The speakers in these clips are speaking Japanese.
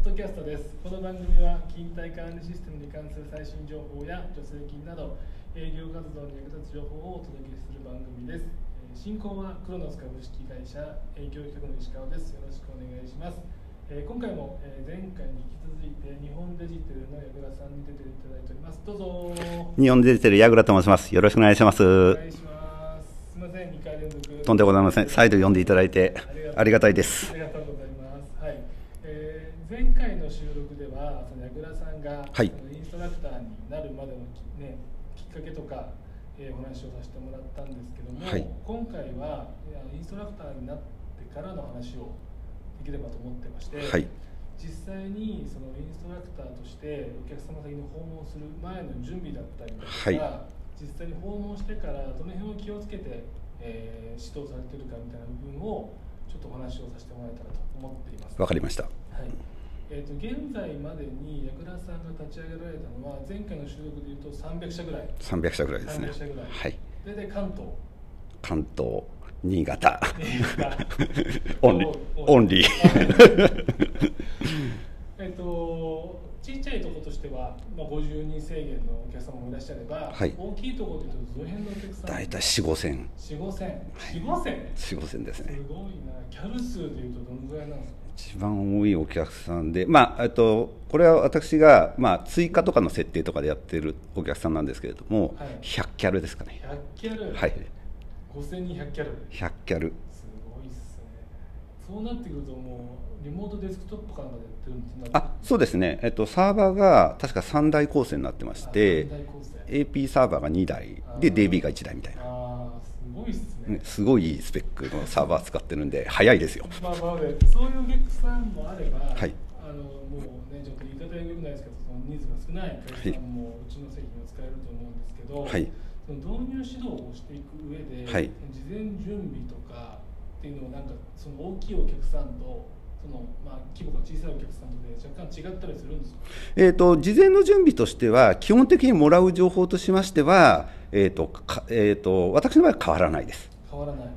ドキャストです。この番組は勤怠管理システムに関する最新情報や助成金など営業活動に役立つ情報をお届けする番組です。進行はクロノス株式会社営業局の石川です。よろしくお願いします。今回も前回に引き続いて日本デジテルの矢倉さんに出ていただいております。どうぞ。 日本デジテル矢倉と申します。よろしくお願いします。 お願いします。すみません、2回連続。 とんでもございません。再度読んでいただいてありがたいです。 ありがとうございます。はい。前回の収録ではその矢倉さんが、はい、インストラクターになるまでの、ね、きっかけとか、お話をさせてもらったんですけども、はい、今回はインストラクターになってからの話をできればと思ってまして、はい、実際にそのインストラクターとしてお客様先に訪問する前の準備だったりとか、はい、実際に訪問してからどの辺を気をつけて、指導されているかみたいな部分をちょっとお話をさせてもらえたらと思っています。 わかりました。 はい。現在までに矢倉さんが立ち上げられたのは前回の収録でいうと300社ぐらい。 300社ぐらいですね。 300社ぐらい。 はい。 大体関東、新潟、オンリー。 ちっちゃいところとしては、50人制限のお客様もいらっしゃれば、はい、大きいところというとどの辺のお客様？ 大体4、5千。 4、5千。4、5千。 4、5千ですね。 すごいな。キャル数でいうとどのぐらいなんですか？ 一番多いお客さんで、これは私が、追加とかの設定とかでやっているお客さんなんですけれども、はい、100キャルですかね。 100キャル。 はい。 5000人100キャル。 100キャル。 すごいっすね。そうなってくるともうリモートデスクトップかなんかでやってるんですか？ そうですね。サーバーが確か3台構成になってまして、AP サーバーが2台で DB が1台みたいな。 すごいっすね。 すごいスペックのサーバー使ってるんで早いですよ。 そういうお客さんもあれば、はい、もうねちょっと言い方が良くないですけど、そのニーズが少ない会社さんもうちの製品を使えると思うんですけど、はい、その導入指導をしていく上で、はい、事前準備とかっていうのはなんかその大きいお客さんとその規模が小さいお客さんとで若干違ったりするんですか？ 事前の準備としては基本的にもらう情報としましては、私の場合は変わらないです。 変わらない。はい、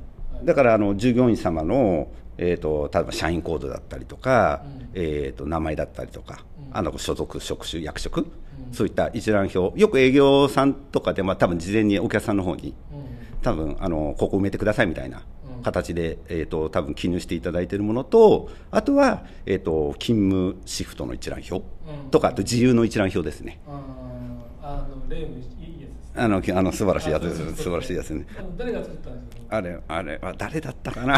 だから従業員様の例えば社員コードだったりとか、名前だったりとか、所属、職種、役職、そういった一覧表、よく営業さんとかで、多分事前にお客さんの方に、多分ここ埋めてくださいみたいな形で、多分記入していただいているものと、あとは、勤務シフトの一覧表とか、あと自由の一覧表ですね。 例のいいやつですね。 素晴らしいやつです。素晴らしいやつね。 誰が作ったんですか？あれは誰だったかな。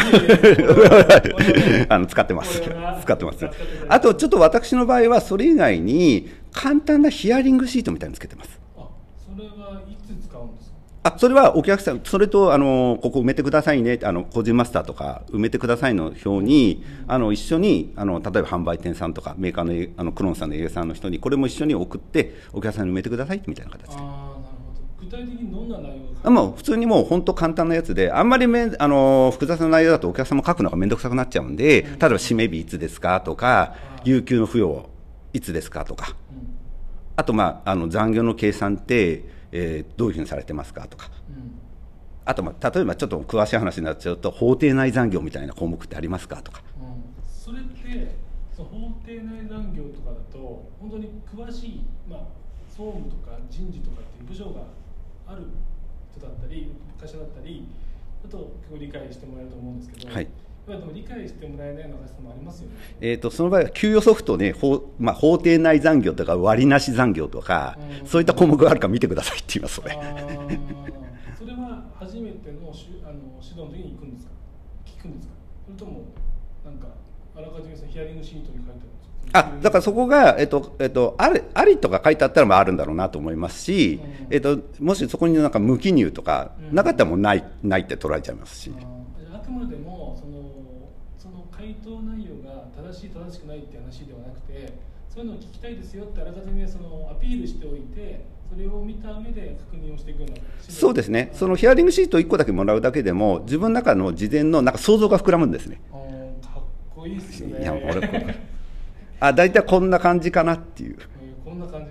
使ってます。使ってます。あとちょっと私の場合はそれ以外に簡単なヒアリングシートみたいにつけてます。 それはいつ使うんですか？ それはお客さん、それとここ埋めてくださいね、個人マスターとか埋めてくださいの表に、一緒に例えば販売店さんとかメーカーのクロンさんの営業さんの人にこれも一緒に送ってお客さんに埋めてくださいみたいな形で。 なるほど。具体的にどんな内容がもう普通にもう本当簡単なやつで、あんまり複雑な内容だとお客さんも書くのが面倒くさくなっちゃうんで、例えば締め日いつですかとか、有給の付与いつですかとか、あと残業の計算ってどういうふうにされてますかとか、あと例えばちょっと詳しい話になっちゃうと法定内残業みたいな項目ってありますかとか、 それって法定内残業とかだと本当に詳しい、総務とか人事とかっていう部署がある人だったり会社だったりだと結構理解してもらえると思うんですけど、はい、でも理解してもらえないような会社もありますよね。その場合は給与ソフトね、法定内残業とか割なし残業とか、そういった項目があるか見てくださいって言います。それは初めての指導の時に聞くんですか？それともなんかあらかじめヒアリングシートに書いてあるんですか？ だからそこが、ありとか書いてあったらあるんだろうなと思いますし、もしそこになんか無記入とかなかったらもうないって捉えちゃいますし。 あくまでもその回答内容が正しくないって話ではなくて、そういうのを聞きたいですよってあらかじめアピールしておいて、それを見た目で確認をしていくような。 そうですね。そのヒアリングシート1個だけもらうだけでも自分の中の事前のなんか想像が膨らむんですね。 かっこいいですね。 いや大体こんな感じかなっていう。 こんな感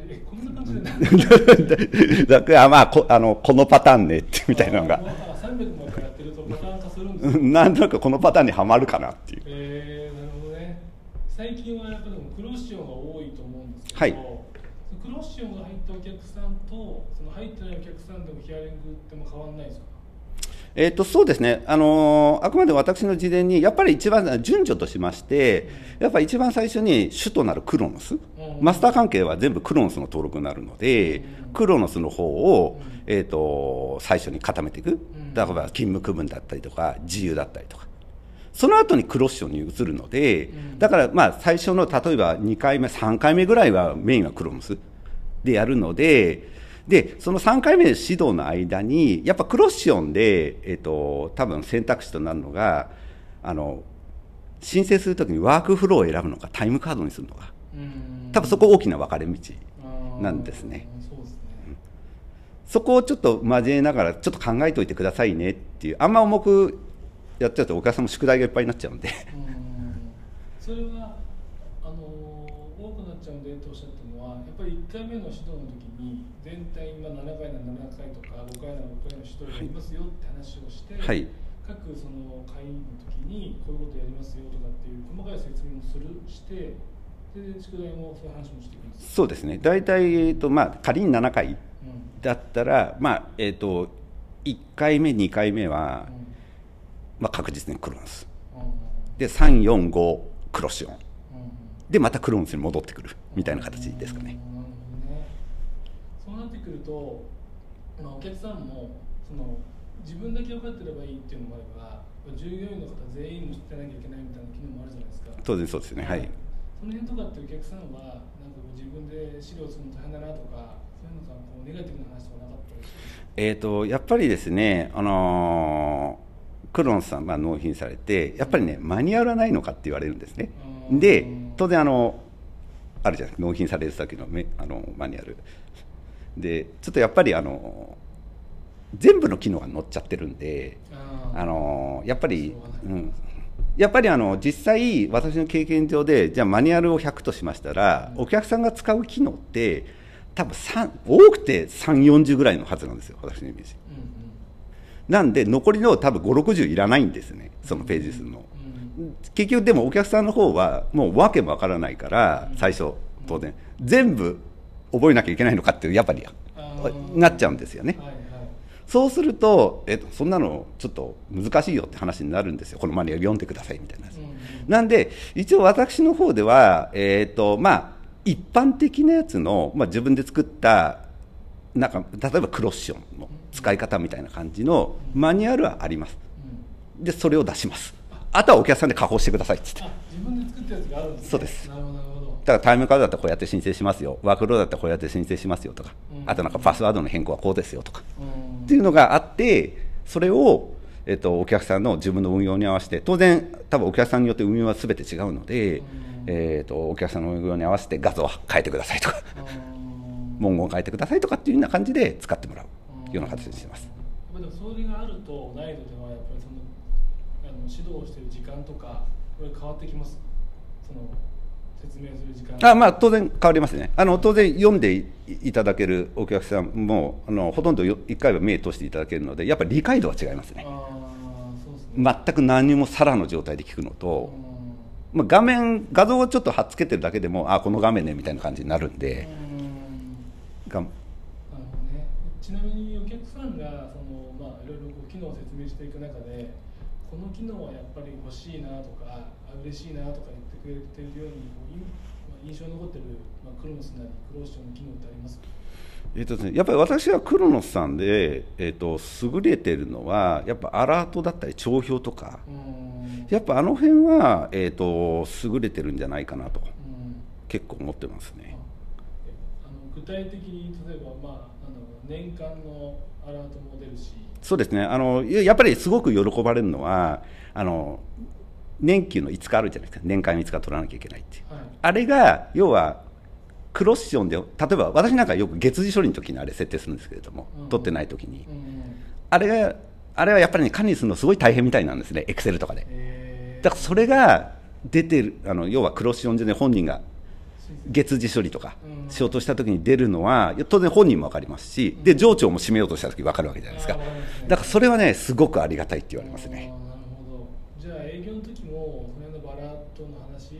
じだからこのパターンねってみたいなのが。 300までやってるとパターン化するんですか？ なんとなくこのパターンにはまるかなっていう。 なるほどね。 最近はやっぱりクロッシオンが多いと思うんですけど、 はい、 クロッシオンが入ったお客さんとその入ってないお客さんでもヒアリングっても変わらないですか？ そうですね、あくまで私の事前に、やっぱり一番順序としまして、やっぱり一番最初に主となるクロノス、マスター関係は全部クロノスの登録になるので、クロノスの方を、最初に固めていく、例えば勤務区分だったりとか、自由だったりとか、その後にクロッションに移るので、だからまあ最初の例えば2回目、3回目ぐらいはメインはクロノスでやるので、その3回目の指導の間に、やっぱクロッションで、多分選択肢となるのが、申請するときにワークフローを選ぶのか、タイムカードにするのか、多分そこ大きな分かれ道なんですね。そこをちょっと交えながら、ちょっと考えておいてくださいねっていう、あんま重くやっちゃうと、お客さんも宿題がいっぱいになっちゃうんで。 それは多くなっちゃうんでとおっしゃったのは、やっぱり1回目の指導の時に全体7回なら7回とか5回なら5回の指導をやりますよって話をして、はい、各その会の時にこういうことやりますよとかっていう細かい説明もしてで宿題もそういう話もしていくんです。そうですね、大体、まあ、仮に7回だったら、まあ1回目2回目は、まあ、確実にクロノスで3、4、5クロッションでまたクロノスに戻ってくるみたいな形ですかね。そうなってくると、お客さんも自分だけ分かってればいいっていうのもあれば、従業員の方全員も知ってなきゃいけないみたいな機能もあるじゃないですか。当然そうですね、はい。その辺とかってお客さんはなんか自分で資料を作るの大変だなとか、そういうのがネガティブな話とかなかったりしますか？やっぱりですね、クロノスさんが納品されて、やっぱりね、マニュアルはないのかって言われるんですね。で、当然あるじゃないですか、納品される時のマニュアルで、ちょっとやっぱり全部の機能が載っちゃってるんで、やっぱり、やっぱり実際私の経験上で、じゃあマニュアルを100としましたら、お客さんが使う機能って多分多くて3、40ぐらいのはずなんですよ、私のイメージ。なんで残りの多分5、60いらないんですね、そのページ数の。結局でもお客さんの方はもう訳もわからないから、最初当然全部覚えなきゃいけないのかっていうやっぱりなっちゃうんですよね。そうするとそんなのちょっと難しいよって話になるんですよ、このマニュアル読んでくださいみたいな。なんで一応私の方ではまあ一般的なやつの、まあ、自分で作ったなんか例えばクロッションの使い方みたいな感じのマニュアルはあります。でそれを出します。あとはお客さんで加工してくださいっつって。自分で作ったやつがあるんですね。そうです。なるほどなるほど。だからタイムカードだったらこうやって申請しますよ、ワークフローだったらこうやって申請しますよとか、あとなんかパスワードの変更はこうですよとか、っていうのがあって、それをお客さんの自分の運用に合わせて、当然多分お客さんによって運用は全て違うので、お客さんの運用に合わせて画像を変えてくださいとか文言を変えてくださいとかっていうような感じで使ってもらうような形にしてます。でもそれがあると難易度ではやっぱり指導をしている時間とかこれ変わってきます？説明する時間。まあ当然変わりますね。当然読んでいただけるお客さんもほとんど1回は目通していただけるので、やっぱり理解度は違いますね。そうですね。全く何もさらの状態で聞くのと、まあ、画像をちょっと貼っつけてるだけでもこの画面ねみたいな感じになるんで。なるほどね。ちなみにお客さんがまあ、いろいろ機能を説明していく中で、この機能はやっぱり欲しいなとか嬉しいなとか言ってくれているように印象に残っている、クロノスなりクロッションの機能ってありますか？やっぱり私はクロノスさんで、優れているのはやっぱアラートだったり帳票とか、やっぱ辺は、優れてるんじゃないかなと結構思ってますね。具体的に例えば、年間のアラートも出るし。そうですね、やっぱりすごく喜ばれるのは年給の5日あるじゃないですか、年間5日取らなきゃいけないっていう、はい、あれが要はクロッションで、例えば私なんかよく月次処理の時にあれ設定するんですけれども、取ってない時に、あれはやっぱり、ね、管理するのすごい大変みたいなんですね、エクセルとかで。だからそれが出てる要はクロッション上で本人が月次処理とかしようとしたときに出るのは当然本人も分かりますし、で上長も締めようとしたとき分かるわけじゃないですか。だからそれはねすごくありがたいって言われますね。なるほど。じゃあ営業の時もその辺のバラートの話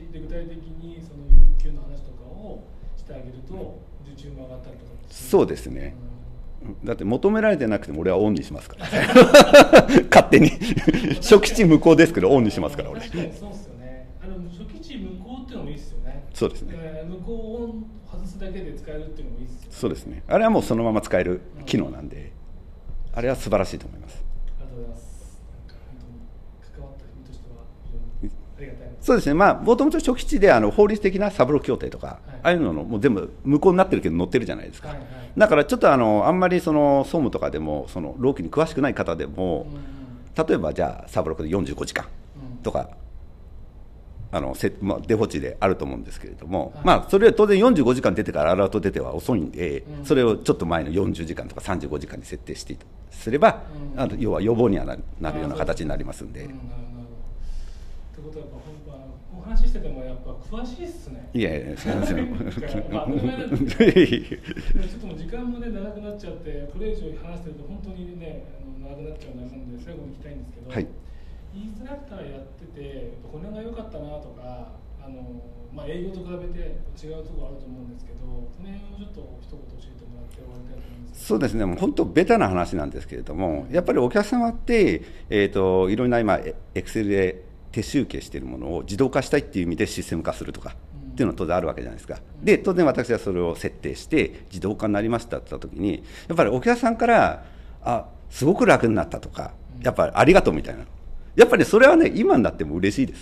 で具体的にその有給の話とかをしてあげると受注も上がったりとか。 そうですね、だって求められてなくても俺はオンにしますから勝手に初期値無効ですけどオンにしますから俺。 確かにそうですよね。初期値無効っていうのもいいですよね。 そうですね、 無効をオン外すだけで使えるっていうのもいいですよね。 そうですね、あれはもうそのまま使える機能なんで、あれは素晴らしいと思います。 ありがとうございます。なんか本当に関わった意味としては非常にありがたい。 そうですね、まあもともと初期値で法律的なサブロック協定とか、はい、ああいうののもう全部無効になってるけど載ってるじゃないですか、はいはい、だからちょっとあんまりその総務とかでもその労基に詳しくない方でも、例えばじゃあサブロックで45時間とか、デフォ値であると思うんですけれども、はい、まあそれは当然45時間出てからアラート出ては遅いんで、それをちょっと前の40時間とか35時間に設定してすれば、要は予防にはなるような形になりますんで。 ってことはやっぱお話ししててもやっぱ詳しいっすね。 いやいや、すみません。 まあ当たり前なんですけど、ちょっともう時間もね長くなっちゃって、これ以上話してると本当にね長くなっちゃうので最後に聞きたいんですけど、はい、インストラクターやっててこれが良かったなとか、まあ営業と比べて違うところあると思うんですけど、その辺をちょっと一言教えてもらって終わりたいと思います。 そうですね、もう本当ベタな話なんですけれども、やっぱりお客様っていろんな今エクセルで手集計しているものを自動化したいっていう意味でシステム化するとかっていうのは当然あるわけじゃないですか。で当然私はそれを設定して自動化になりましたって言った時に、やっぱりお客さんからすごく楽になったとか、やっぱりありがとうみたいな、やっぱりそれはね今になっても嬉しいです。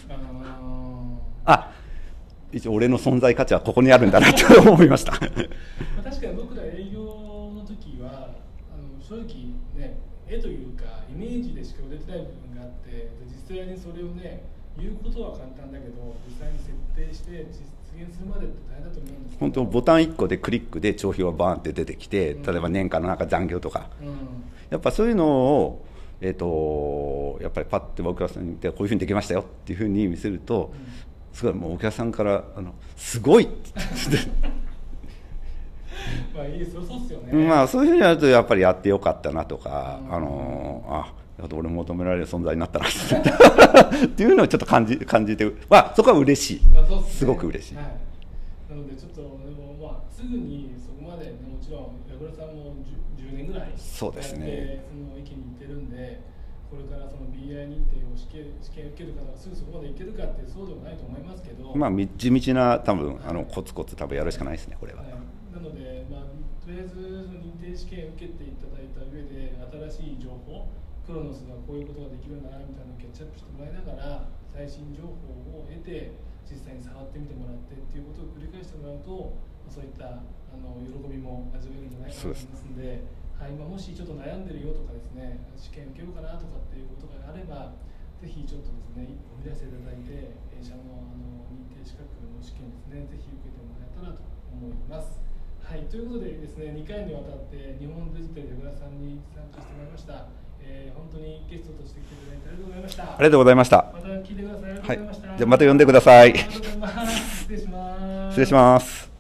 一応俺の存在価値はここにあるんだなと思いました確かに僕ら営業の時は正直ね、絵というかイメージでしか売れてない部分があって、実際にそれをね言うことは簡単だけど実際に設定して実現するまでって大変だと思うんですけど、 本当ボタン1個でクリックで帳票がバーンって出てきて、例えば年間のなんか残業とか、やっぱそういうのをやっぱりパッてお客さんに見てこういうふうにできましたよっていうふうに見せると、すごいもうお客さんからすごいってまあいい、そうっすよね。 まあそういうふうにやるとやっぱりやってよかったなとか、俺求められる存在になったなっていうのをちょっと感じて、そこは嬉しい、すごく嬉しい。 はい、なのでちょっとでもすぐにそこまで、ね、もちろん矢倉さんも 10年ぐらいそうですね、 その域に行ってるんで、これからその BI 認定を試験受ける方がすぐそこまでいけるかってそうではないと思いますけど、 地道な多分コツコツ多分やるしかないですね、これは。 なので、とりあえずその認定試験を受けていただいた上で新しい情報、クロノスがこういうことができるんだなみたいなのをキャッチアップしてもらいながら最新情報を得て実際に触ってみてもらってっていうことを繰り返してもらうと、そういった喜びも味わえるんじゃないかと思いますので、はい、もしちょっと悩んでるよとかですね、試験受けようかなとかっていうことがあれば、ぜひちょっとですね一歩踏み出していただいて、弊社の認定資格の試験ですね、ぜひ受けてもらえたらと思います。はい、ということでですね、2回にわたって日本デジタル矢倉さんに参加してもらいました。本当にゲストとして来ていただいてありがとうございました。 ありがとうございました。 また聞いてください。ありがとうございました。 はい、じゃあまた呼んでください。 ありがとうございます。失礼します。 失礼します。